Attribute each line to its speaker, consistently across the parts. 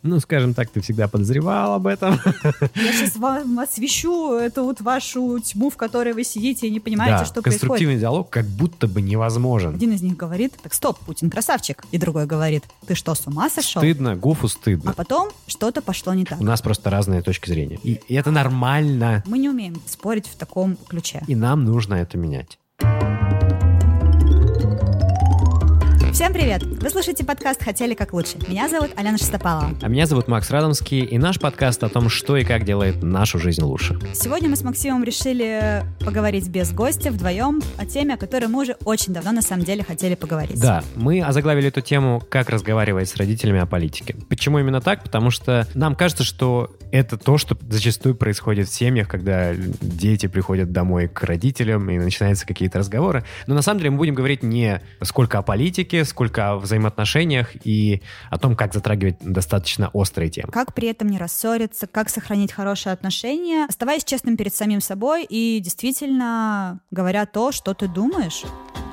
Speaker 1: Ну, скажем так, ты всегда подозревал об этом.
Speaker 2: Я сейчас вам освещу эту вот вашу тьму, в которой вы сидите и не понимаете, что происходит.
Speaker 1: Конструктивный диалог как будто бы невозможен.
Speaker 2: Один из них говорит: так стоп, Путин красавчик. И другой говорит: ты что, с ума сошел?
Speaker 1: Стыдно, Гуфу стыдно.
Speaker 2: А потом что-то пошло не так.
Speaker 1: У нас просто разные точки зрения. И это нормально.
Speaker 2: Мы не умеем спорить в таком ключе.
Speaker 1: И нам нужно это менять.
Speaker 2: Всем привет! Вы слушаете подкаст «Хотели как лучше». Меня зовут Алена Шестопалова.
Speaker 1: А меня зовут Макс Радомский, и наш подкаст о том, что и как делает нашу жизнь лучше.
Speaker 2: Сегодня мы с Максимом решили поговорить без гостя вдвоем о теме, о которой мы уже очень давно на самом деле хотели поговорить.
Speaker 1: Да, мы озаглавили эту тему «Как разговаривать с родителями о политике». Почему именно так? Потому что нам кажется, что это то, что зачастую происходит в семьях, когда дети приходят домой к родителям и начинаются какие-то разговоры. Но на самом деле мы будем говорить не сколько о политике, сколько о взаимоотношениях и о том, как затрагивать достаточно острые темы.
Speaker 2: Как при этом не рассориться, как сохранить хорошие отношения, оставаясь честным перед самим собой и действительно говоря то, что ты думаешь.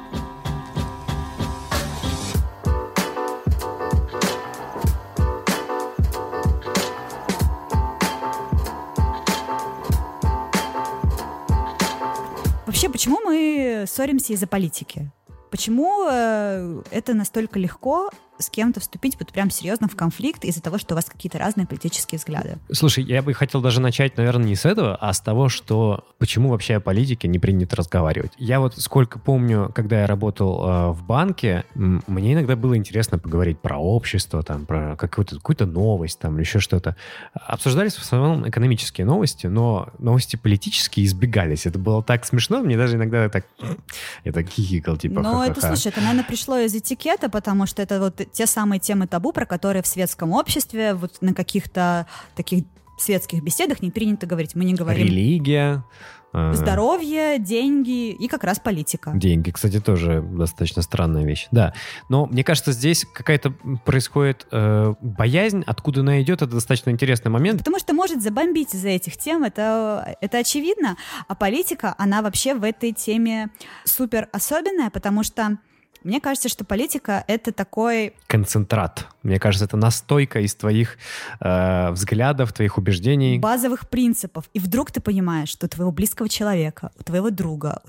Speaker 2: Вообще, почему мы ссоримся из-за политики? Почему это настолько легко с кем-то вступить вот прям серьезно в конфликт из-за того, что у вас какие-то разные политические взгляды?
Speaker 1: Слушай, я бы хотел даже начать, наверное, не с этого, а с того, что почему вообще о политике не принято разговаривать. Я вот сколько помню, когда я работал в банке, мне иногда было интересно поговорить про общество, там, про какую-то новость там, или еще что-то. Обсуждались в основном экономические новости, но новости политические избегались. Это было так смешно, мне даже иногда так... Я так хихикал, типа,
Speaker 2: Ну,
Speaker 1: ха-ха-ха.
Speaker 2: это, слушай, это, наверное, пришло из этикета, потому что это вот те самые темы табу, про которые в светском обществе, вот на каких-то таких светских беседах не принято говорить. Мы не говорим...
Speaker 1: Религия.
Speaker 2: Здоровье, деньги и как раз политика.
Speaker 1: Деньги, кстати, тоже достаточно странная вещь. Да, но мне кажется, здесь какая-то происходит боязнь, откуда она идет, это достаточно интересный момент.
Speaker 2: Потому что может забомбить из-за этих тем, это очевидно. А политика, она вообще в этой теме супер особенная, потому что мне кажется, что политика — это такой...
Speaker 1: Концентрат. Мне кажется, это настойка из твоих взглядов, твоих убеждений.
Speaker 2: Базовых принципов. И вдруг ты понимаешь, что у твоего близкого человека, у твоего друга,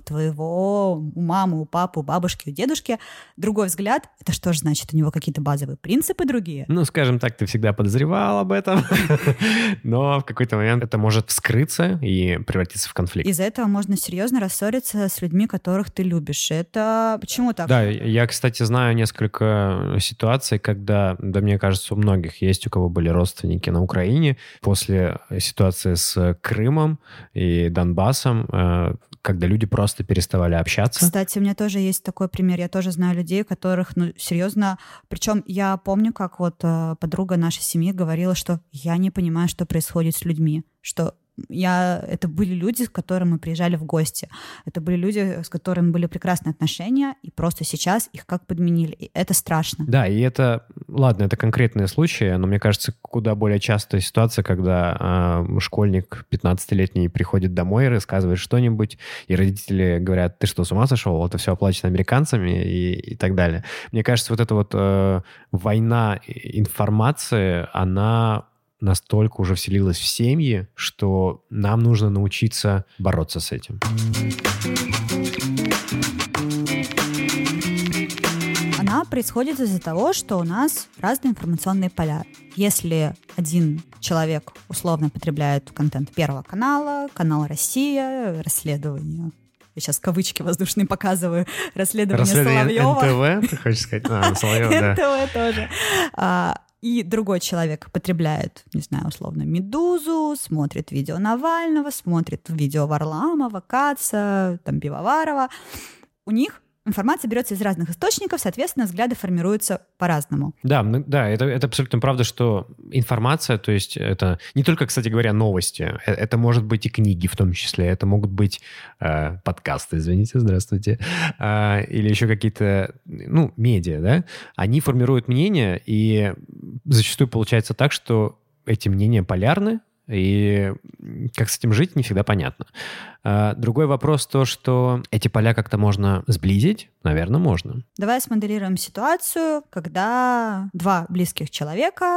Speaker 2: у мамы, у папы, у бабушки, у дедушки другой взгляд. Это что же значит? У него какие-то базовые принципы другие?
Speaker 1: Ну, скажем так, ты всегда подозревал об этом, но в какой-то момент это может вскрыться и превратиться в конфликт.
Speaker 2: Из-за этого можно серьезно рассориться с людьми, которых ты любишь. Это почему так?
Speaker 1: Да, я, кстати, знаю несколько ситуаций, когда, да, мне кажется, у многих есть, у кого были родственники на Украине, после ситуации с Крымом и Донбассом, когда люди просто переставали общаться.
Speaker 2: Кстати, у меня тоже есть такой пример. Я тоже знаю людей, которых, серьезно... Причем я помню, как вот подруга нашей семьи говорила, что я не понимаю, что происходит с людьми, что это были люди, с которыми мы приезжали в гости. Это были люди, с которыми были прекрасные отношения, и просто сейчас их как подменили. И это страшно.
Speaker 1: Да, и это, ладно, это конкретные случаи, но мне кажется, куда более частая ситуация, когда школьник 15-летний приходит домой и рассказывает что-нибудь, и родители говорят: ты что, с ума сошел? Это все оплачено американцами и так далее. Мне кажется, вот эта вот война информации, она настолько уже вселилась в семьи, что нам нужно научиться бороться с этим.
Speaker 2: Она происходит из-за того, что у нас разные информационные поля. Если один человек условно потребляет контент Первого канала, канал «Россия», расследование... Я сейчас кавычки воздушные показываю. Расследование Соловьева.
Speaker 1: НТВ, ты хочешь сказать? Соловьева, да.
Speaker 2: НТВ тоже. И другой человек потребляет, не знаю, условно, «Медузу», смотрит видео Навального, смотрит видео Варламова, Каца, там, Пивоварова. У них информация берется из разных источников, соответственно, взгляды формируются по-разному.
Speaker 1: Да, это абсолютно правда, что информация, то есть это не только, кстати говоря, новости, это может быть и книги в том числе, это могут быть подкасты, извините, здравствуйте, или еще какие-то, медиа, да, они формируют мнение, и зачастую получается так, что эти мнения полярны, и как с этим жить, не всегда понятно. Другой вопрос то, что эти поля как-то можно сблизить. Наверное, можно.
Speaker 2: Давай смоделируем ситуацию, когда два близких человека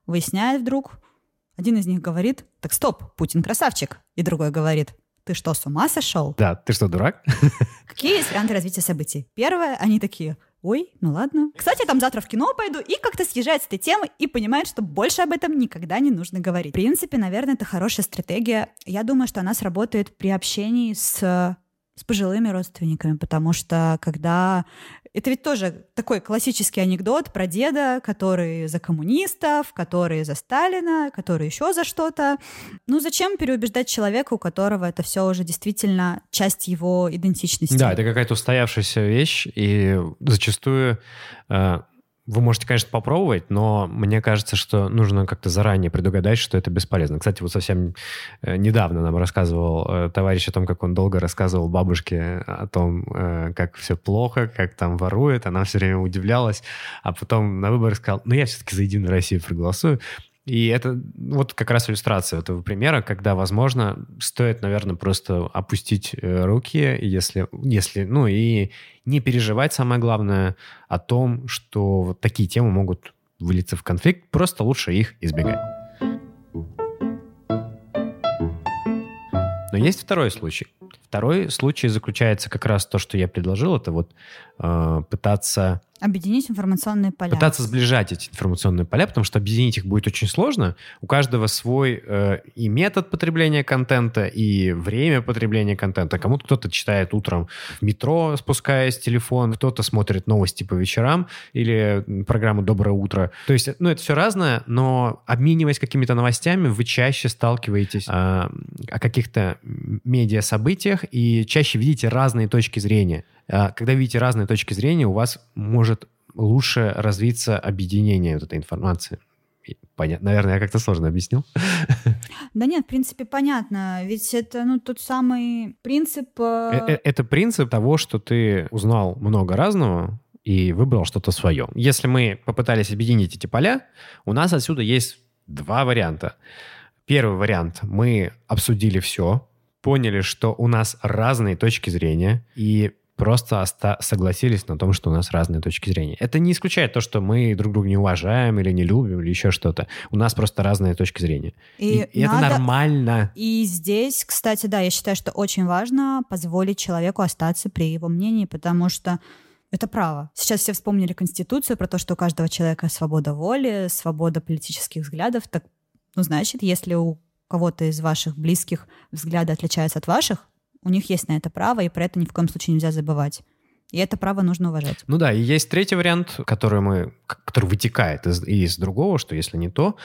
Speaker 2: выясняет вдруг. Один из них говорит: так стоп, Путин красавчик. И другой говорит: ты что, с ума сошел?
Speaker 1: Да, ты что, дурак?
Speaker 2: Какие есть варианты развития событий? Первое, они такие: ой, ну ладно. Кстати, я там завтра в кино пойду, и как-то съезжает с этой темы и понимает, что больше об этом никогда не нужно говорить. В принципе, наверное, это хорошая стратегия. Я думаю, что она сработает при общении с пожилыми родственниками, потому что когда... Это ведь тоже такой классический анекдот про деда, который за коммунистов, который за Сталина, который еще за что-то. Ну, зачем переубеждать человека, у которого это все уже действительно часть его идентичности?
Speaker 1: Да, это какая-то устоявшаяся вещь, и зачастую... Вы можете, конечно, попробовать, но мне кажется, что нужно как-то заранее предугадать, что это бесполезно. Кстати, вот совсем недавно нам рассказывал товарищ о том, как он долго рассказывал бабушке о том, как все плохо, как там воруют. Она все время удивлялась, а потом на выборах сказал: ну, я все-таки за «Единую Россию» проголосую. И это вот как раз иллюстрация этого примера, когда, возможно, стоит, наверное, просто опустить руки, если, ну, и не переживать, самое главное, о том, что вот такие темы могут вылиться в конфликт, просто лучше их избегать. Но есть второй случай. Второй случай заключается как раз в том, что я предложил, это вот пытаться...
Speaker 2: Объединить информационные поля.
Speaker 1: Пытаться сближать эти информационные поля, потому что объединить их будет очень сложно. У каждого свой и метод потребления контента, и время потребления контента. Кому-то кто-то читает утром в метро, спускаясь телефон, кто-то смотрит новости по вечерам или программу «Доброе утро». То есть, ну, это все разное, но обмениваясь какими-то новостями, вы чаще сталкиваетесь о каких-то медиа-событиях и чаще видите разные точки зрения. Когда видите разные точки зрения, у вас может лучше развиться объединение вот этой информации. Понятно. Наверное, я как-то сложно объяснил.
Speaker 2: Да нет, в принципе, понятно. Ведь это, ну, тот самый принцип...
Speaker 1: Это принцип того, что ты узнал много разного и выбрал что-то свое. Если мы попытались объединить эти поля, у нас отсюда есть два варианта. Первый вариант. Мы обсудили все, поняли, что у нас разные точки зрения, и просто согласились на том, что у нас разные точки зрения. Это не исключает то, что мы друг друга не уважаем или не любим, или еще что-то. У нас просто разные точки зрения. И это нормально.
Speaker 2: И здесь, кстати, да, я считаю, что очень важно позволить человеку остаться при его мнении, потому что это право. Сейчас все вспомнили Конституцию про то, что у каждого человека свобода воли, свобода политических взглядов. Так, ну, значит, если у кого-то из ваших близких взгляды отличаются от ваших, у них есть на это право, и про это ни в коем случае нельзя забывать. И это право нужно уважать.
Speaker 1: Ну да, и есть третий вариант, который вытекает из другого, что если не то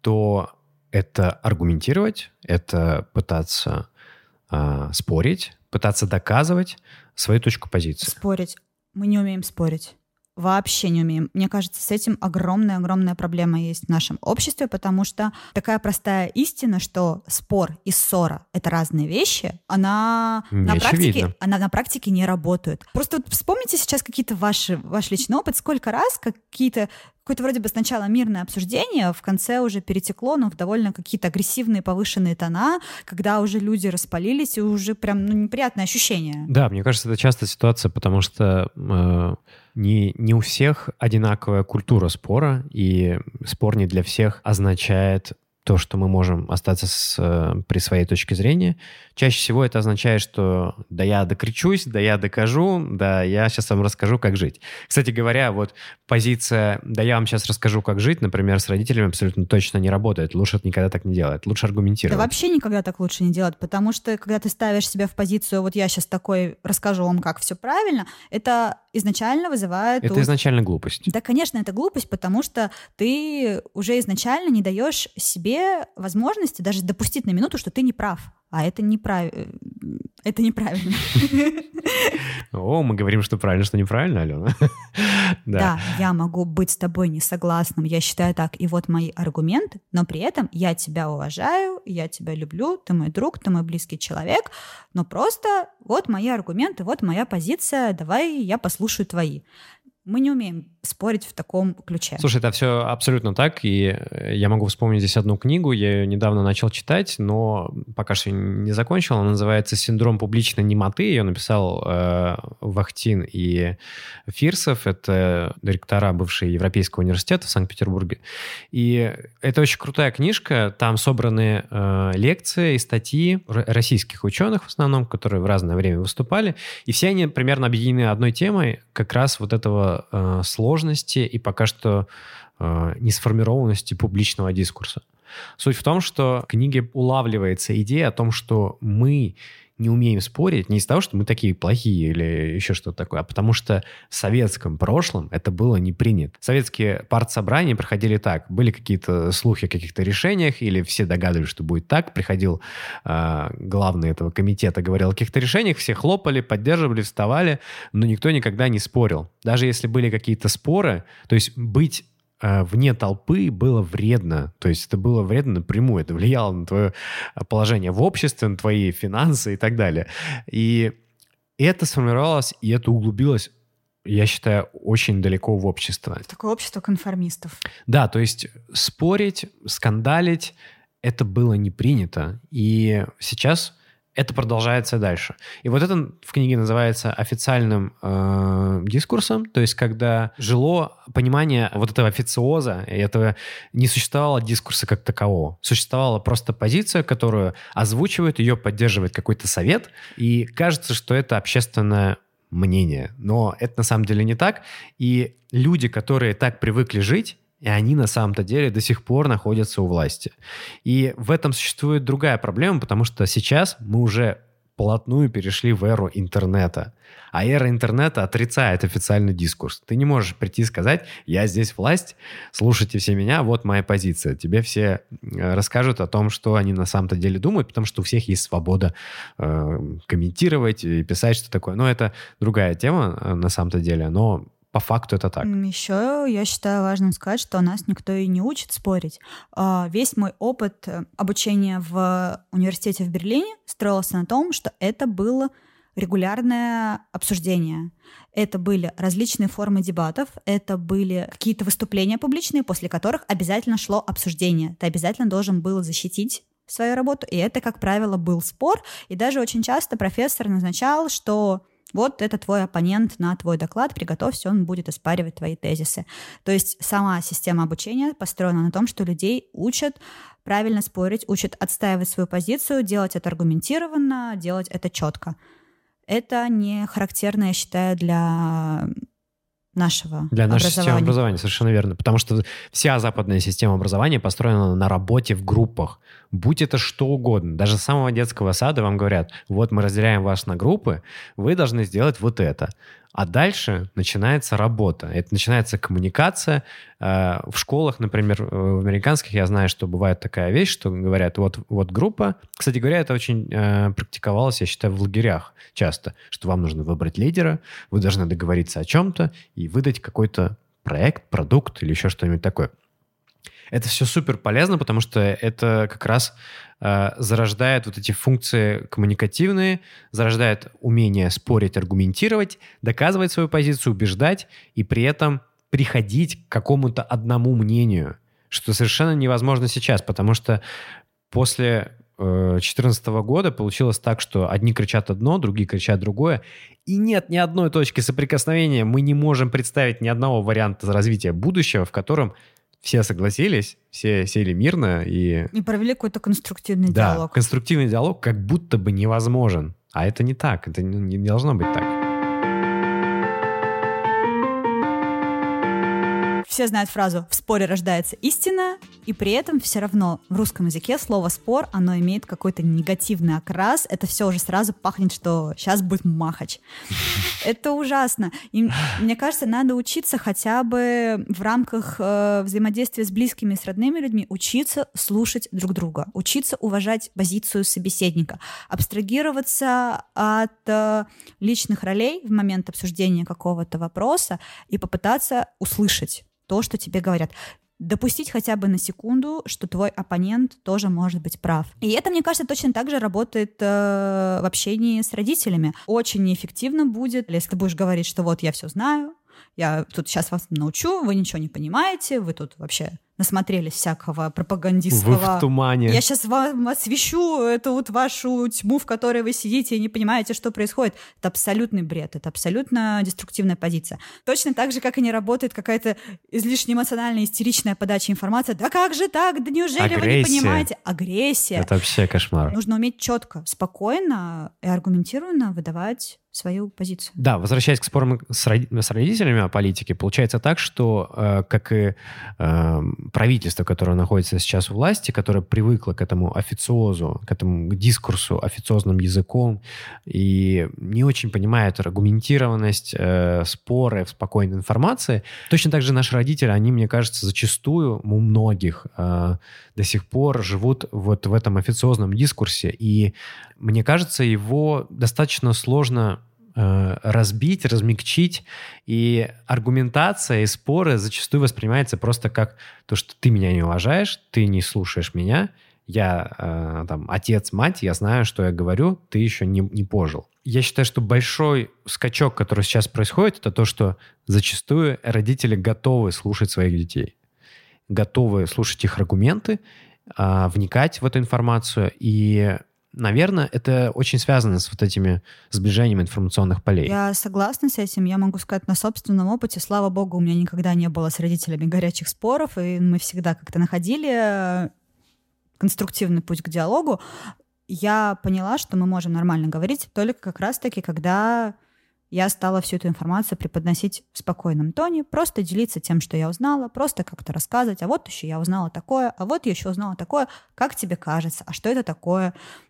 Speaker 1: это аргументировать, это пытаться спорить, пытаться доказывать свою точку позиции.
Speaker 2: Спорить. Мы не умеем спорить. Вообще не умеем. Мне кажется, с этим огромная проблема есть в нашем обществе, потому что такая простая истина, что спор и ссора — это разные вещи, она на практике не работает. Просто вот вспомните сейчас какие-то ваш личный опыт, сколько раз какое-то вроде бы сначала мирное обсуждение, в конце уже перетекло, в довольно какие-то агрессивные повышенные тона, когда уже люди распалились, и уже прям неприятное ощущение.
Speaker 1: Да, мне кажется, это часто ситуация, потому что не у всех одинаковая культура спора, и спор не для всех означает то, что мы можем остаться при своей точке зрения. Чаще всего это означает, что да я докричусь, да я докажу, да я сейчас вам расскажу, как жить. Кстати говоря, вот позиция «да я вам сейчас расскажу, как жить», например, с родителями абсолютно точно не работает. Лучше никогда так не делать. Лучше аргументировать.
Speaker 2: Да вообще никогда так лучше не делать, потому что когда ты ставишь себя в позицию «вот я сейчас такой расскажу вам, как все правильно», это изначально вызывает...
Speaker 1: Это изначально глупость.
Speaker 2: Да, конечно, это глупость, потому что ты уже изначально не даешь себе возможности даже допустить на минуту, что ты не прав. А это неправильно.
Speaker 1: О, мы говорим, что правильно, что неправильно, Алена.
Speaker 2: Да, я могу быть с тобой не согласным, я считаю так, и вот мои аргументы, но при этом я тебя уважаю, я тебя люблю, ты мой друг, ты мой близкий человек, но просто вот мои аргументы, вот моя позиция, давай я послушаю твои. Мы не умеем спорить в таком ключе.
Speaker 1: Слушай, это все абсолютно так, и я могу вспомнить здесь одну книгу, я ее недавно начал читать, но пока что не закончил. Она называется «Синдром публичной немоты». Ее написал Вахтин и Фирсов, это директора бывшего Европейского университета в Санкт-Петербурге. И это очень крутая книжка, там собраны лекции и статьи российских ученых в основном, которые в разное время выступали, и все они примерно объединены одной темой, как раз вот этого сложности и пока что несформированности публичного дискурса. Суть в том, что в книге улавливается идея о том, что мы не умеем спорить не из-за того, что мы такие плохие или еще что-то такое, а потому что в советском прошлом это было не принято. Советские партсобрания проходили так. Были какие-то слухи о каких-то решениях, или все догадывались, что будет так. Приходил главный этого комитета, говорил о каких-то решениях, все хлопали, поддерживали, вставали, но никто никогда не спорил. Даже если были какие-то споры, то есть быть вне толпы было вредно. То есть это было вредно напрямую. Это влияло на твое положение в обществе, на твои финансы и так далее. И это сформировалось, и это углубилось, я считаю, очень далеко в общество.
Speaker 2: Такое общество конформистов.
Speaker 1: Да, то есть спорить, скандалить, это было не принято. И сейчас это продолжается дальше. И вот это в книге называется официальным дискурсом, то есть когда жило понимание вот этого официоза, и этого не существовало дискурса как такового. Существовала просто позиция, которую озвучивает, ее поддерживает какой-то совет, и кажется, что это общественное мнение. Но это на самом деле не так. И люди, которые так привыкли жить, и они на самом-то деле до сих пор находятся у власти. И в этом существует другая проблема, потому что сейчас мы уже вплотную перешли в эру интернета. А эра интернета отрицает официальный дискурс. Ты не можешь прийти и сказать: я здесь власть, слушайте все меня, вот моя позиция. Тебе все расскажут о том, что они на самом-то деле думают, потому что у всех есть свобода комментировать и писать, что такое. Но это другая тема на самом-то деле, но по факту это так.
Speaker 2: Еще я считаю важным сказать, что нас никто и не учит спорить. Весь мой опыт обучения в университете в Берлине строился на том, что это было регулярное обсуждение. Это были различные формы дебатов, это были какие-то выступления публичные, после которых обязательно шло обсуждение. Ты обязательно должен был защитить свою работу, и это, как правило, был спор. И даже очень часто профессор назначал, что вот это твой оппонент на твой доклад, приготовься, он будет оспаривать твои тезисы. То есть сама система обучения построена на том, что людей учат правильно спорить, учат отстаивать свою позицию, делать это аргументированно, делать это четко. Это не характерно, я считаю, для нашего
Speaker 1: для нашей системы образования, совершенно верно. Потому что вся западная система образования построена на работе в группах. Будь это что угодно. Даже с самого детского сада вам говорят: вот мы разделяем вас на группы, вы должны сделать вот это. А дальше начинается работа. Это начинается коммуникация. В школах, например, в американских, я знаю, что бывает такая вещь, что говорят: вот группа. Кстати говоря, это очень практиковалось, я считаю, в лагерях часто, что вам нужно выбрать лидера, вы должны договориться о чем-то и выдать какой-то проект, продукт или еще что-нибудь такое. Это все супер полезно, потому что это как раз зарождает вот эти функции коммуникативные, зарождает умение спорить, аргументировать, доказывать свою позицию, убеждать и при этом приходить к какому-то одному мнению, что совершенно невозможно сейчас, потому что после 2014 года получилось так, что одни кричат одно, другие кричат другое, и нет ни одной точки соприкосновения. Мы не можем представить ни одного варианта развития будущего, в котором все согласились, все сели мирно и
Speaker 2: провели какой-то конструктивный диалог.
Speaker 1: Да, конструктивный диалог как будто бы невозможен. А это не так, это не должно быть так.
Speaker 2: Все знают фразу «в споре рождается истина», и при этом все равно в русском языке слово «спор», оно имеет какой-то негативный окрас. Это все уже сразу пахнет, что сейчас будет махач. Это ужасно. И мне кажется, надо учиться хотя бы в рамках взаимодействия с близкими и с родными людьми учиться слушать друг друга, учиться уважать позицию собеседника, абстрагироваться от личных ролей в момент обсуждения какого-то вопроса и попытаться услышать то, что тебе говорят. Допустить хотя бы на секунду, что твой оппонент тоже может быть прав. И это, мне кажется, точно так же работает в общении с родителями. Очень неэффективно будет, если ты будешь говорить, что вот я все знаю, я тут сейчас вас научу, вы ничего не понимаете, вы тут вообще насмотрелись всякого пропагандистского.
Speaker 1: Вы в тумане.
Speaker 2: Я сейчас вам освещу эту вот вашу тьму, в которой вы сидите и не понимаете, что происходит. Это абсолютный бред, это абсолютно деструктивная позиция. Точно так же, как и не работает какая-то излишне эмоциональная, истеричная подача информации. Да как же так? Да неужели вы не понимаете? Агрессия.
Speaker 1: Это вообще кошмар.
Speaker 2: Нужно уметь четко, спокойно и аргументированно выдавать свою позицию.
Speaker 1: Да, возвращаясь к спорам с родителями о политике, получается так, что как и правительство, которое находится сейчас у власти, которое привыкло к этому официозу, к этому дискурсу официозным языком и не очень понимает аргументированность, споры в спокойной информации, точно так же наши родители, они, мне кажется, зачастую у многих до сих пор живут вот в этом официозном дискурсе, и мне кажется, его достаточно сложно разбить, размягчить, и аргументация и споры зачастую воспринимается просто как то, что ты меня не уважаешь, ты не слушаешь меня, я там отец, мать, я знаю, что я говорю, ты еще не пожил. Я считаю, что большой скачок, который сейчас происходит, это то, что зачастую родители готовы слушать своих детей, готовы слушать их аргументы, вникать в эту информацию, и наверное, это очень связано с вот этими сближением информационных полей.
Speaker 2: Я согласна с этим. Я могу сказать на собственном опыте. Слава богу, у меня никогда не было с родителями горячих споров, и мы всегда как-то находили конструктивный путь к диалогу. Я поняла, что мы можем нормально говорить только как раз-таки, когда я стала всю эту информацию преподносить в спокойном тоне, просто делиться тем, что я узнала, просто как-то рассказывать, а вот еще я узнала такое, а вот я еще узнала такое, как тебе кажется, а что это такое,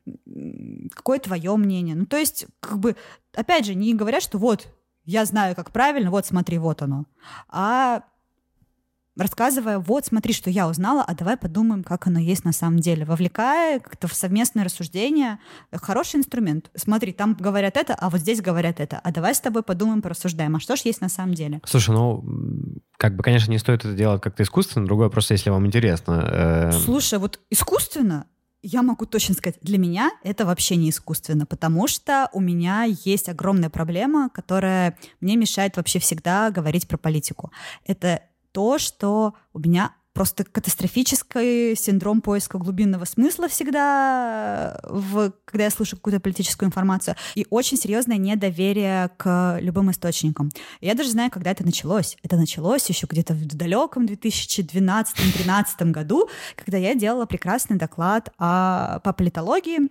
Speaker 2: какое твое мнение. Ну, то есть, как бы, опять же, не говорят, что вот, я знаю, как правильно, вот смотри, вот оно, а рассказывая, вот, смотри, что я узнала, а давай подумаем, как оно есть на самом деле. Вовлекая как-то в совместное рассуждение. Хороший инструмент. Смотри, там говорят это, а вот здесь говорят это. А давай с тобой подумаем, порассуждаем. А что ж есть на самом деле?
Speaker 1: Слушай, ну, как бы, конечно, не стоит это делать как-то искусственно. Другое просто, если вам интересно.
Speaker 2: Слушай, вот искусственно я могу точно сказать, для меня это вообще не искусственно, потому что у меня есть огромная проблема, которая мне мешает вообще всегда говорить про политику. Это то, что у меня просто катастрофический синдром поиска глубинного смысла всегда, когда я слушаю какую-то политическую информацию, и очень серьезное недоверие к любым источникам. Я даже знаю, когда это началось. Это началось еще где-то в далеком 2012-2013 году, когда я делала прекрасный доклад по политологии,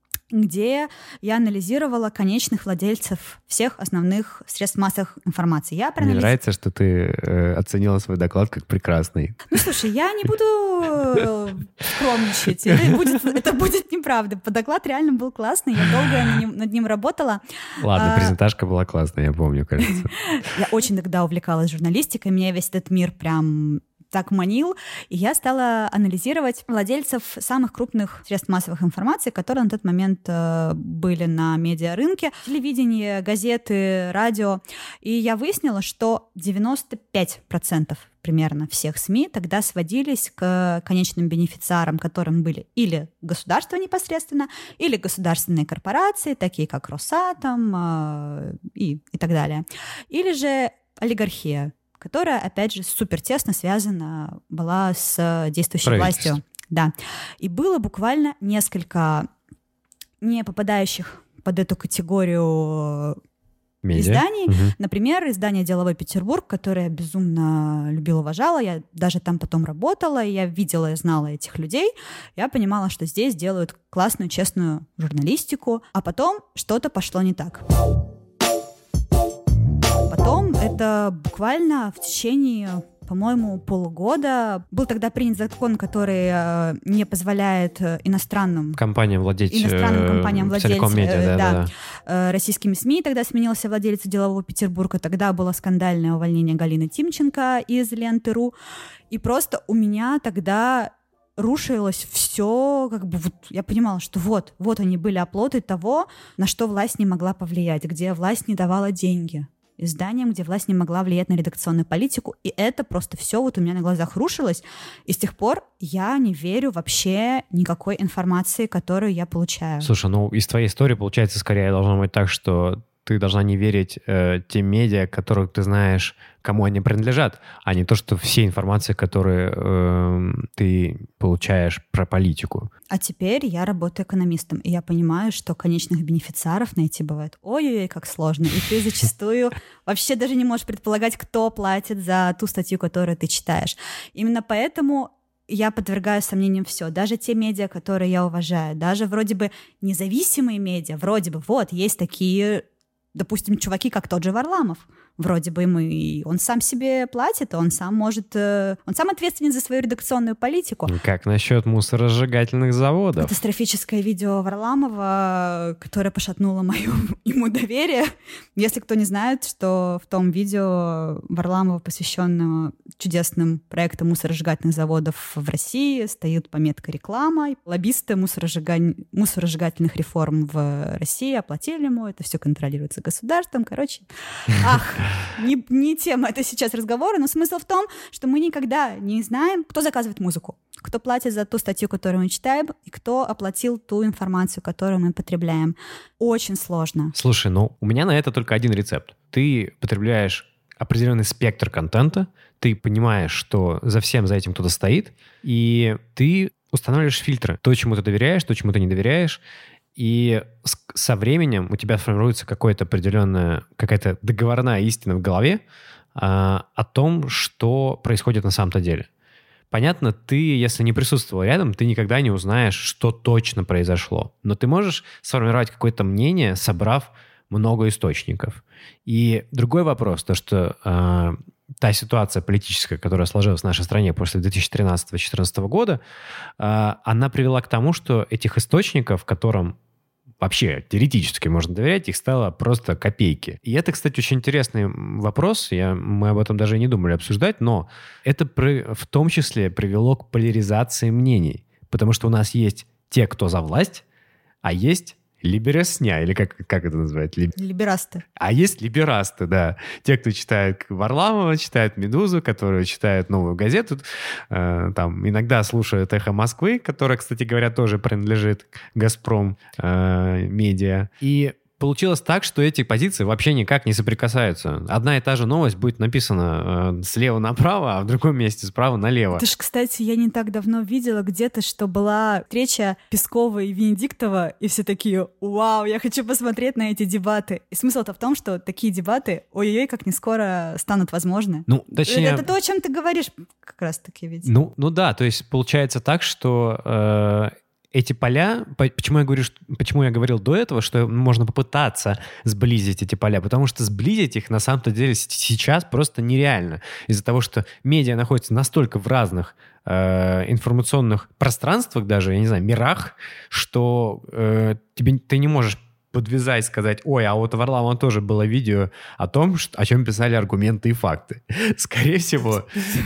Speaker 2: где я анализировала конечных владельцев всех основных средств массовой информации.
Speaker 1: Мне нравится, что ты оценила свой доклад как прекрасный.
Speaker 2: Ну, слушай, я не буду скромничать. Это будет неправда. Доклад реально был классный, я долго над ним работала.
Speaker 1: Ладно, презентажка была классная, я помню, кажется.
Speaker 2: Я очень тогда увлекалась журналистикой, меня весь этот мир прям так манил, и я стала анализировать владельцев самых крупных средств массовой информации, которые на тот момент были на медиарынке, телевидение, газеты, радио. И я выяснила, что 95% примерно всех СМИ тогда сводились к конечным бенефициарам, которым были или государство непосредственно, или государственные корпорации, такие как Росатом и так далее, или же олигархия, которая, опять же, супер тесно связана была с действующей властью. Да. И было буквально несколько не попадающих под эту категорию изданий. Например, издание «Деловой Петербург», которое я безумно любила, уважала. Я даже там потом работала, я видела и знала этих людей. Я понимала, что здесь делают классную, честную журналистику. А потом что-то пошло не так. Потом это буквально в течение, по-моему, полугода был тогда принят закон, который не позволяет иностранным компаниям владеть
Speaker 1: Телеком Медиа,
Speaker 2: российскими СМИ. Тогда сменился владелец «Делового Петербурга». Тогда было скандальное увольнение Галины Тимченко из Ленты.ру. И просто у меня тогда рушилось все, как бы вот я понимала, что вот они были оплоты того, на что власть не могла повлиять, где власть не давала деньги изданиям, где власть не могла влиять на редакционную политику, и это просто все вот у меня на глазах рушилось, и с тех пор я не верю вообще никакой информации, которую я получаю.
Speaker 1: Слушай, ну из твоей истории, получается, скорее должно быть так, что ты должна не верить тем медиа, которых ты знаешь, кому они принадлежат, а не то, что все информации, которые ты получаешь про политику.
Speaker 2: А теперь я работаю экономистом, и я понимаю, что конечных бенефициаров найти бывает ой-ой-ой, как сложно. И ты зачастую вообще даже не можешь предполагать, кто платит за ту статью, которую ты читаешь. Именно поэтому я подвергаю сомнениям все. Даже те медиа, которые я уважаю, даже вроде бы независимые медиа, вроде бы, вот, есть такие, допустим, чуваки, как тот же Варламов. Вроде бы и он сам себе платит, он сам может... Он сам ответственен за свою редакционную политику.
Speaker 1: Как насчет мусоросжигательных заводов?
Speaker 2: Катастрофическое видео Варламова, которое пошатнуло мое ему доверие. Если кто не знает, что в том видео Варламова, посвященного чудесным проектам мусоросжигательных заводов в России, стоит пометка «реклама». Лоббисты мусоросжигательных реформ в России оплатили ему, это все контролируется государством. Короче, не тема это сейчас разговора, но смысл в том, что мы никогда не знаем, кто заказывает музыку, кто платит за ту статью, которую мы читаем, и кто оплатил ту информацию, которую мы потребляем. Очень сложно.
Speaker 1: Слушай, ну у меня на это только один рецепт. Ты потребляешь определенный спектр контента, ты понимаешь, что за всем за этим кто-то стоит, и ты устанавливаешь фильтры. То, чему ты доверяешь, то, чему ты не доверяешь, и со временем у тебя формируется какая-то договорная истина в голове о том, что происходит на самом-то деле. Понятно, ты, если не присутствовал рядом, ты никогда не узнаешь, что точно произошло. Но ты можешь сформировать какое-то мнение, собрав много источников. И другой вопрос, то, что та ситуация политическая, которая сложилась в нашей стране после 2013-2014 года, она привела к тому, что этих источников, которым вообще теоретически можно доверять, их стало просто копейки. И это, кстати, очень интересный вопрос. Мы об этом даже и не думали обсуждать, но это в том числе привело к поляризации мнений. Потому что у нас есть те, кто за власть, а есть либерасня, или как это называется?
Speaker 2: Либерасты.
Speaker 1: А есть либерасты, да. Те, кто читает Варламова, читают «Медузу», которые читают «Новую газету», там иногда слушают «Эхо Москвы», которая, кстати говоря, тоже принадлежит «Газпром» медиа. И получилось так, что эти позиции вообще никак не соприкасаются. Одна и та же новость будет написана слева направо, а в другом месте справа налево.
Speaker 2: Это ж, кстати, я не так давно видела где-то, что была встреча Пескова и Венедиктова, и все такие: «Вау, я хочу посмотреть на эти дебаты». И смысл-то в том, что такие дебаты, ой-ой-ой, как не скоро станут возможны.
Speaker 1: Ну, точнее...
Speaker 2: Это то, о чем ты говоришь, как раз-таки ведь.
Speaker 1: Ну да, то есть получается так, что... эти поля, почему я говорил до этого, что можно попытаться сблизить эти поля, потому что сблизить их на самом-то деле сейчас просто нереально. Из-за того, что медиа находятся настолько в разных информационных пространствах, даже, я не знаю, мирах, что ты не можешь подвязать, сказать: ой, а вот у Варламова тоже было видео о том, о чем писали аргументы и факты. Скорее всего,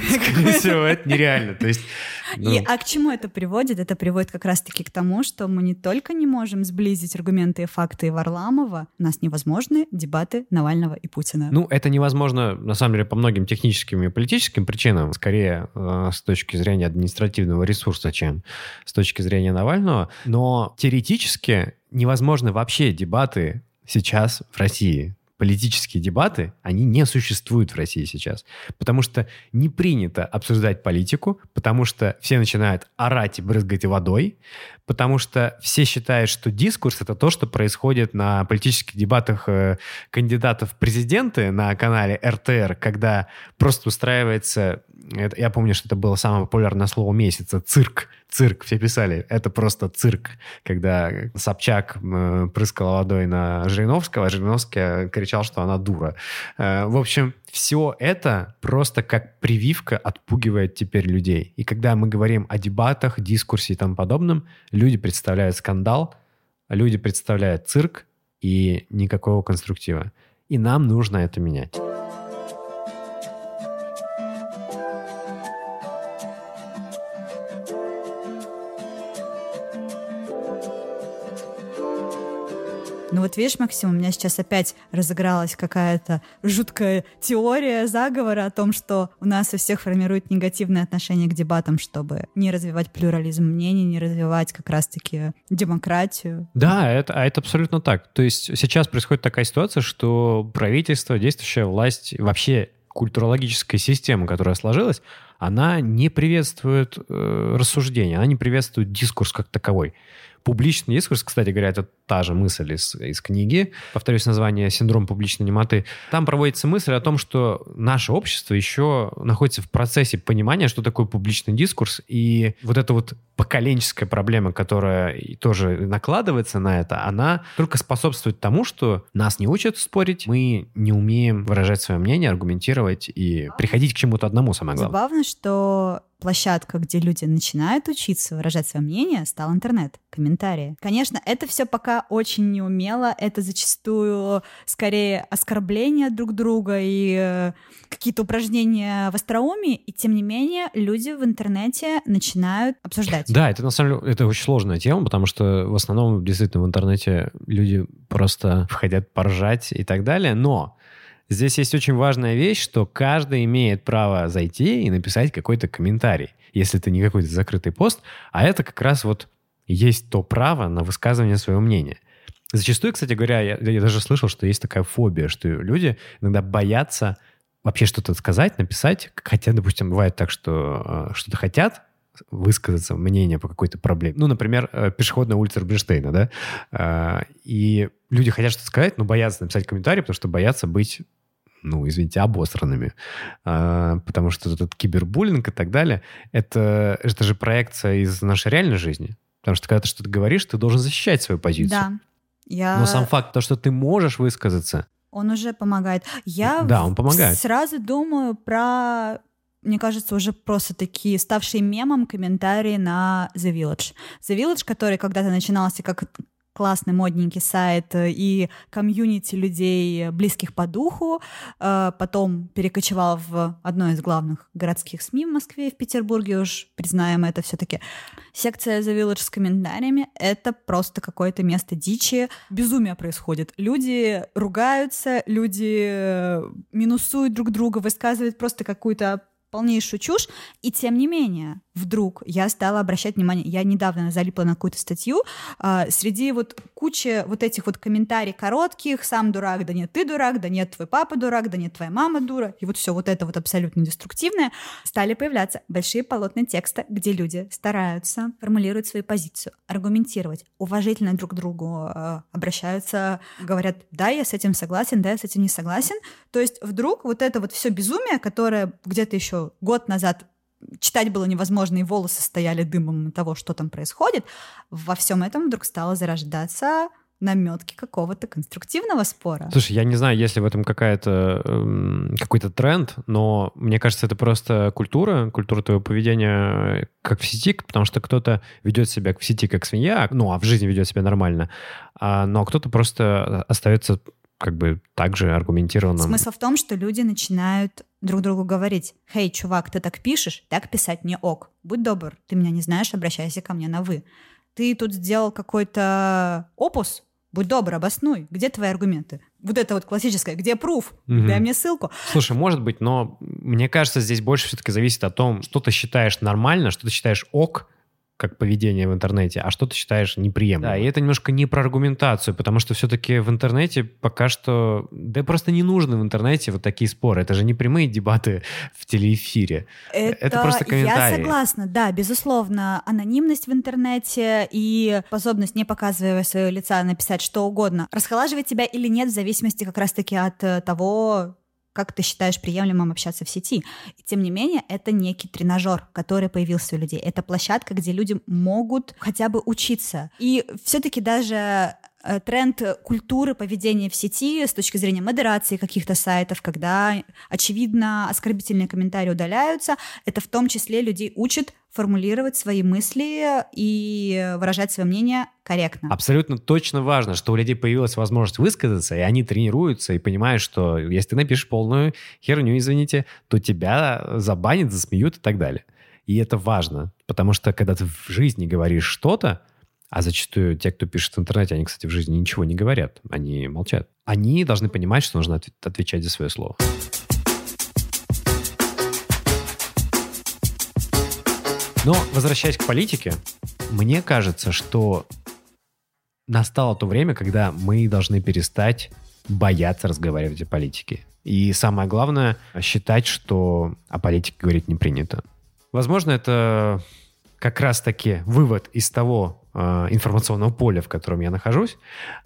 Speaker 1: это нереально. То есть,
Speaker 2: А к чему это приводит? Это приводит как раз-таки к тому, что мы не только не можем сблизить аргументы и факты Варламова, у нас невозможны дебаты Навального и Путина.
Speaker 1: Ну, это невозможно, на самом деле, по многим техническим и политическим причинам, скорее с точки зрения административного ресурса, чем с точки зрения Навального. Но теоретически невозможны вообще дебаты сейчас в России. Политические дебаты, они не существуют в России сейчас. Потому что не принято обсуждать политику, потому что все начинают орать и брызгать водой, потому что все считают, что дискурс — это то, что происходит на политических дебатах кандидатов в президенты на канале РТР, когда просто устраивается... Я помню, что это было самое популярное слово месяца — цирк. Цирк. Все писали, это просто цирк. Когда Собчак прыскала водой на Жириновского, а Жириновский кричал, что она дура. В общем, все это просто как прививка отпугивает теперь людей. И когда мы говорим о дебатах, дискурсе и тому подобном, люди представляют скандал, люди представляют цирк и никакого конструктива. И нам нужно это менять.
Speaker 2: Ну вот видишь, Максим, у меня сейчас опять разыгралась какая-то жуткая теория заговора о том, что у нас у всех формирует негативное отношение к дебатам, чтобы не развивать плюрализм мнений, не развивать как раз-таки демократию.
Speaker 1: Да, это абсолютно так. То есть сейчас происходит такая ситуация, что правительство, действующая власть, вообще культурологическая система, которая сложилась, она не приветствует рассуждения, она не приветствует дискурс как таковой. Публичный дискурс, кстати говоря, это та же мысль из книги, повторюсь, название «Синдром публичной немоты». Там проводится мысль о том, что наше общество еще находится в процессе понимания, что такое публичный дискурс, и вот эта вот поколенческая проблема, которая тоже накладывается на это, она только способствует тому, что нас не учат спорить, мы не умеем выражать свое мнение, аргументировать и приходить к чему-то одному, самое главное.
Speaker 2: Забавно, что площадка, где люди начинают учиться выражать свое мнение, стал интернет, комментарии. Конечно, это все пока очень неумело, это зачастую скорее оскорбления друг друга и какие-то упражнения в остроумии, и тем не менее люди в интернете начинают обсуждать.
Speaker 1: Да, это на самом деле это очень сложная тема, потому что в основном действительно в интернете люди просто хотят поржать и так далее, но здесь есть очень важная вещь, что каждый имеет право зайти и написать какой-то комментарий, если это не какой-то закрытый пост, а это как раз вот есть то право на высказывание своего мнения. Зачастую, кстати говоря, я даже слышал, что есть такая фобия, что люди иногда боятся вообще что-то сказать, написать, хотя, допустим, бывает так, что что-то хотят высказаться, мнение по какой-то проблеме. Ну, например, пешеходная улица Рубинштейна, да, и люди хотят что-то сказать, но боятся написать комментарий, потому что боятся быть, ну, извините, обосранными. Потому что этот кибербуллинг и так далее, это же проекция из нашей реальной жизни. Потому что когда ты что-то говоришь, ты должен защищать свою позицию.
Speaker 2: Да.
Speaker 1: Но сам факт, то, что ты можешь высказаться...
Speaker 2: Он уже помогает.
Speaker 1: Он помогает.
Speaker 2: Сразу думаю про... Мне кажется, уже просто такие ставшие мемом комментарии на The Village. The Village, который когда-то начинался как классный модненький сайт и комьюнити людей, близких по духу, потом перекочевал в одно из главных городских СМИ в Москве и в Петербурге, уж признаем это все-таки. Секция The Village с комментариями — это просто какое-то место дичи. Безумие происходит. Люди ругаются, люди минусуют друг друга, высказывают просто какую-то полнейшую чушь, и тем не менее, вдруг я стала обращать внимание, я недавно залипла на какую-то статью, среди вот кучи вот этих вот комментариев коротких, сам дурак, да нет, ты дурак, да нет, твой папа дурак, да нет, твоя мама дура, и вот все вот это вот абсолютно деструктивное, стали появляться большие полотна текста, где люди стараются формулировать свою позицию, аргументировать, уважительно друг к другу обращаются, говорят, да, я с этим согласен, да, я с этим не согласен, то есть вдруг вот это вот все безумие, которое где-то еще год назад читать было невозможно, и волосы стояли дымом от того, что там происходит, во всем этом вдруг стало зарождаться наметки какого-то конструктивного спора.
Speaker 1: Слушай, я не знаю, есть ли в этом какой-то тренд, но мне кажется, это просто культура твоего поведения как в сети, потому что кто-то ведет себя в сети как свинья, ну, а в жизни ведет себя нормально, но кто-то просто остается как бы так же аргументированно.
Speaker 2: Смысл в том, что люди начинают друг другу говорить: «Хей, чувак, ты так пишешь, так писать не ок. Будь добр, ты меня не знаешь, обращайся ко мне на «вы». Ты тут сделал какой-то опус, будь добр, обоснуй. Где твои аргументы?» Вот это вот классическое. Где пруф? Дай мне ссылку.
Speaker 1: Слушай, может быть, но мне кажется, здесь больше все-таки зависит от того, что ты считаешь нормально, что ты считаешь ок, как поведение в интернете, а что ты считаешь неприемлемым. Да, и это немножко не про аргументацию, потому что все-таки в интернете пока что... Да просто не нужны в интернете вот такие споры. Это же не прямые дебаты в телеэфире. Это просто комментарии.
Speaker 2: Я согласна, да, безусловно. Анонимность в интернете и способность, не показывая своего лица, написать что угодно, расхолаживает тебя или нет в зависимости как раз-таки от того, как ты считаешь приемлемым общаться в сети. И тем не менее, это некий тренажер, который появился у людей. Это площадка, где люди могут хотя бы учиться. И все-таки даже тренд культуры поведения в сети с точки зрения модерации каких-то сайтов, когда, очевидно, оскорбительные комментарии удаляются, это в том числе людей учат формулировать свои мысли и выражать свое мнение корректно.
Speaker 1: Абсолютно точно важно, что у людей появилась возможность высказаться, и они тренируются и понимают, что если ты напишешь полную херню, извините, то тебя забанят, засмеют и так далее. И это важно, потому что когда ты в жизни говоришь что-то, А зачастую те, кто пишет в интернете, они, кстати, в жизни ничего не говорят. Они молчат. Они должны понимать, что нужно отвечать за свое слово. Но, возвращаясь к политике, мне кажется, что настало то время, когда мы должны перестать бояться разговаривать о политике. И самое главное, считать, что о политике говорить не принято. Возможно, это как раз-таки вывод из того информационного поля, в котором я нахожусь,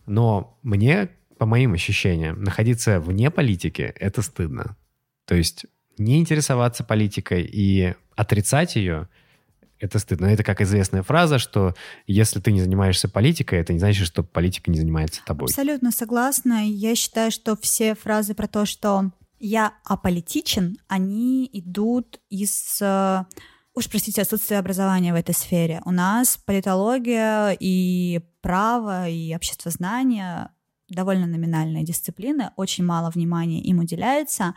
Speaker 1: но мне, по моим ощущениям, находиться вне политики – это стыдно. То есть не интересоваться политикой и отрицать ее – это стыдно. Это как известная фраза, что если ты не занимаешься политикой, это не значит, что политика не занимается тобой.
Speaker 2: Абсолютно согласна. Я считаю, что все фразы про то, что я аполитичен, они идут из, уж простите, отсутствия образования в этой сфере. У нас политология и право, и обществознание довольно номинальные дисциплины, очень мало внимания им уделяется,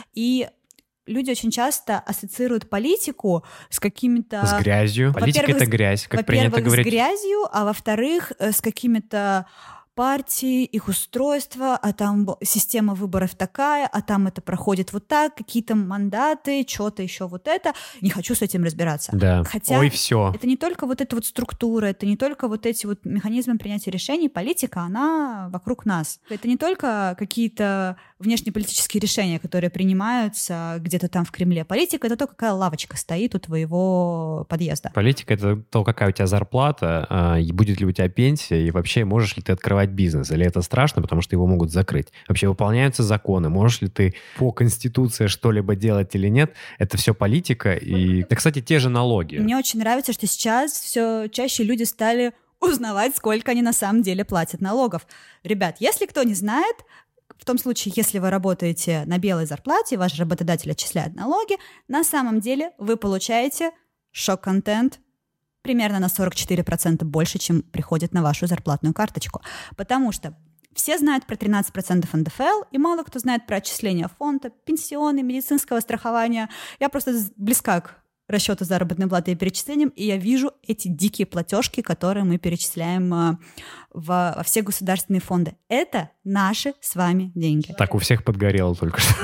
Speaker 2: и люди очень часто ассоциируют политику с какими-то...
Speaker 1: С грязью. Политика — это грязь, как принято говорить.
Speaker 2: Во-первых, с грязью, а во-вторых, с какими-то партии, их устройства, а там система выборов такая, а там это проходит вот так, какие-то мандаты, что-то еще вот это. Не хочу с этим разбираться.
Speaker 1: Да.
Speaker 2: Хотя
Speaker 1: ой, все.
Speaker 2: Это не только вот эта вот структура, это не только вот эти вот механизмы принятия решений. Политика, она вокруг нас. Это не только какие-то внешнеполитические решения, которые принимаются где-то там в Кремле. Политика — это то, какая лавочка стоит у твоего подъезда.
Speaker 1: Политика — это то, какая у тебя зарплата, и будет ли у тебя пенсия, и вообще можешь ли ты открывать бизнес, или это страшно, потому что его могут закрыть. Вообще выполняются законы, можешь ли ты по Конституции что-либо делать или нет, это все политика, и это, кстати, те же налоги.
Speaker 2: Мне очень нравится, что сейчас все чаще люди стали узнавать, сколько они на самом деле платят налогов. Ребят, если кто не знает, в том случае, если вы работаете на белой зарплате, ваш работодатель отчисляет налоги, на самом деле вы получаете шок-контент примерно на 44% больше, чем приходит на вашу зарплатную карточку. Потому что все знают про 13% НДФЛ, и мало кто знает про отчисления фонда, пенсионы, медицинского страхования. Я просто близка к расчету заработной платы и перечислениям, и я вижу эти дикие платежки, которые мы перечисляем во все государственные фонды. Это наши с вами деньги.
Speaker 1: Так, у всех подгорело только что.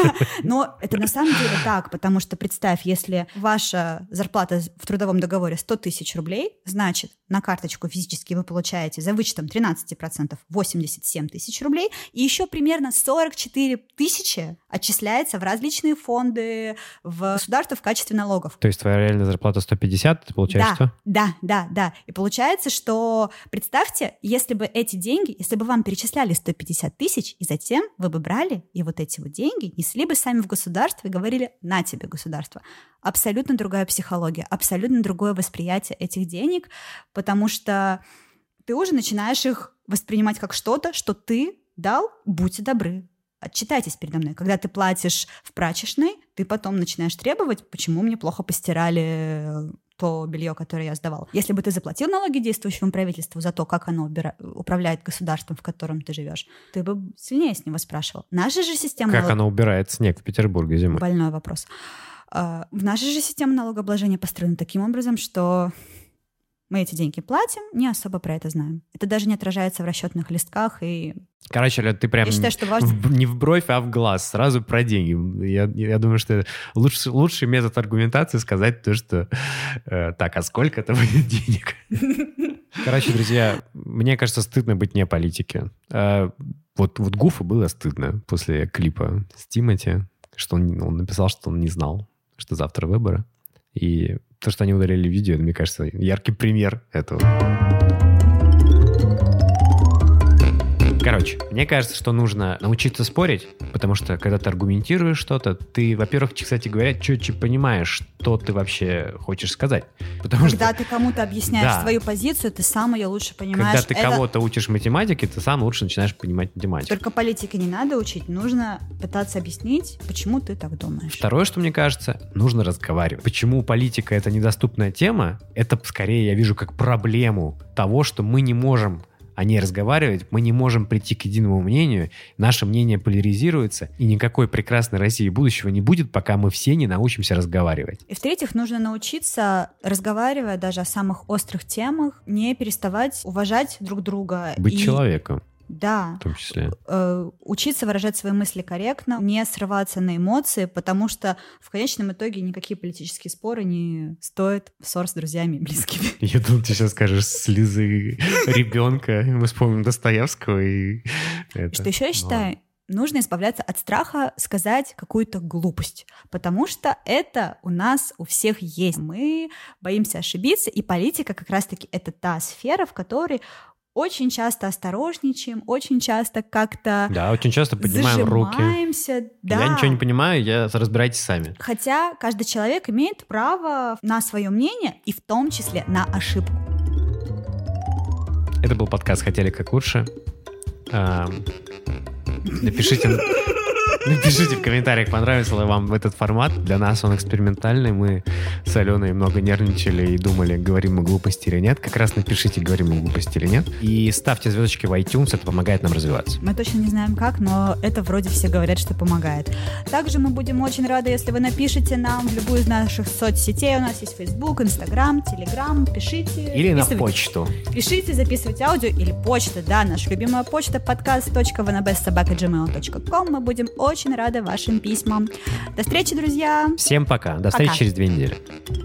Speaker 2: Но это на самом деле так, потому что представь, если ваша зарплата в трудовом договоре 100 тысяч рублей, значит, на карточку физически вы получаете за вычетом 13% 87 тысяч рублей, и еще примерно 44 тысячи отчисляется в различные фонды, в государство в качестве налогов.
Speaker 1: То есть твоя реальная зарплата 150, ты получаешь что?
Speaker 2: Да. И получается, что, представьте, если бы эти деньги, если бы вам перечисляли 150 тысяч, и затем вы бы брали и вот эти вот деньги несли бы сами в государство и говорили: на тебе, государство. Абсолютно другая психология, абсолютно другое восприятие этих денег, потому что ты уже начинаешь их воспринимать как что-то, что ты дал, будьте добры. Отчитайтесь передо мной. Когда ты платишь в прачечной, ты потом начинаешь требовать, почему мне плохо постирали то белье, которое я сдавал. Если бы ты заплатил налоги действующему правительству за то, как оно управляет государством, в котором ты живешь, ты бы сильнее с него спрашивал. Наша же система...
Speaker 1: Как оно убирает снег в Петербурге зимой?
Speaker 2: Больной вопрос. В нашей же системе налогообложения построена таким образом, что мы эти деньги платим, не особо про это знаем. Это даже не отражается в расчетных листках. И...
Speaker 1: Короче, ты прям
Speaker 2: считаю, что важно...
Speaker 1: не в бровь, а в глаз, сразу про деньги. Я думаю, что лучший метод аргументации сказать то, что так, а сколько это будет денег? Короче, друзья, мне кажется, стыдно быть не политике. Вот Гуфу было стыдно после клипа с Тимати, что он написал, что он не знал, что завтра выборы. И то, что они удалили видео, мне кажется, яркий пример этого. Короче, мне кажется, что нужно научиться спорить, потому что, когда ты аргументируешь что-то, ты, во-первых, кстати говоря, четче понимаешь, что ты вообще хочешь сказать.
Speaker 2: Когда ты кому-то объясняешь свою позицию, ты сам ее лучше понимаешь.
Speaker 1: Когда ты кого-то учишь математике, ты сам лучше начинаешь понимать математику.
Speaker 2: Только политике не надо учить, нужно пытаться объяснить, почему ты так думаешь.
Speaker 1: Второе, что мне кажется, нужно разговаривать. Почему политика — это недоступная тема, это скорее я вижу как проблему того, что мы не можем о ней разговаривать, мы не можем прийти к единому мнению, наше мнение поляризируется, и никакой прекрасной России будущего не будет, пока мы все не научимся разговаривать.
Speaker 2: И в-третьих, нужно научиться, разговаривая даже о самых острых темах, не переставать уважать друг друга.
Speaker 1: Быть человеком.
Speaker 2: Да,
Speaker 1: в том числе.
Speaker 2: Учиться выражать свои мысли корректно, не срываться на эмоции, потому что в конечном итоге никакие политические споры не стоят ссор с друзьями и близкими.
Speaker 1: Я думал, ты сейчас скажешь слезы ребенка. Мы вспомним Достоевского и это.
Speaker 2: Что еще я считаю, нужно избавляться от страха сказать какую-то глупость, потому что это у нас у всех есть. Мы боимся ошибиться, и политика как раз-таки это та сфера, в которой очень часто осторожничаем, очень часто как-то
Speaker 1: Да, очень часто поднимаем руки.
Speaker 2: Да.
Speaker 1: Я ничего не понимаю, разбирайтесь сами.
Speaker 2: Хотя каждый человек имеет право на свое мнение и в том числе на ошибку.
Speaker 1: Это был подкаст «Хотели как лучше». Напишите в комментариях, понравился ли вам этот формат. Для нас он экспериментальный. Мы с Аленой много нервничали и думали, говорим мы глупости или нет. Как раз напишите, говорим мы глупости или нет. И ставьте звездочки в iTunes, это помогает нам развиваться.
Speaker 2: Мы точно не знаем как, но это вроде все говорят, что помогает. Также мы будем очень рады, если вы напишите нам в любую из наших соцсетей. У нас есть Facebook, Instagram, Telegram. Пишите.
Speaker 1: Или на почту.
Speaker 2: Пишите, записывайте аудио или почта. Да, наша любимая почта podcast.vnbs@gmail.com. Мы будем очень рады вашим письмам. До встречи, друзья.
Speaker 1: Всем пока. До встречи через 2 недели.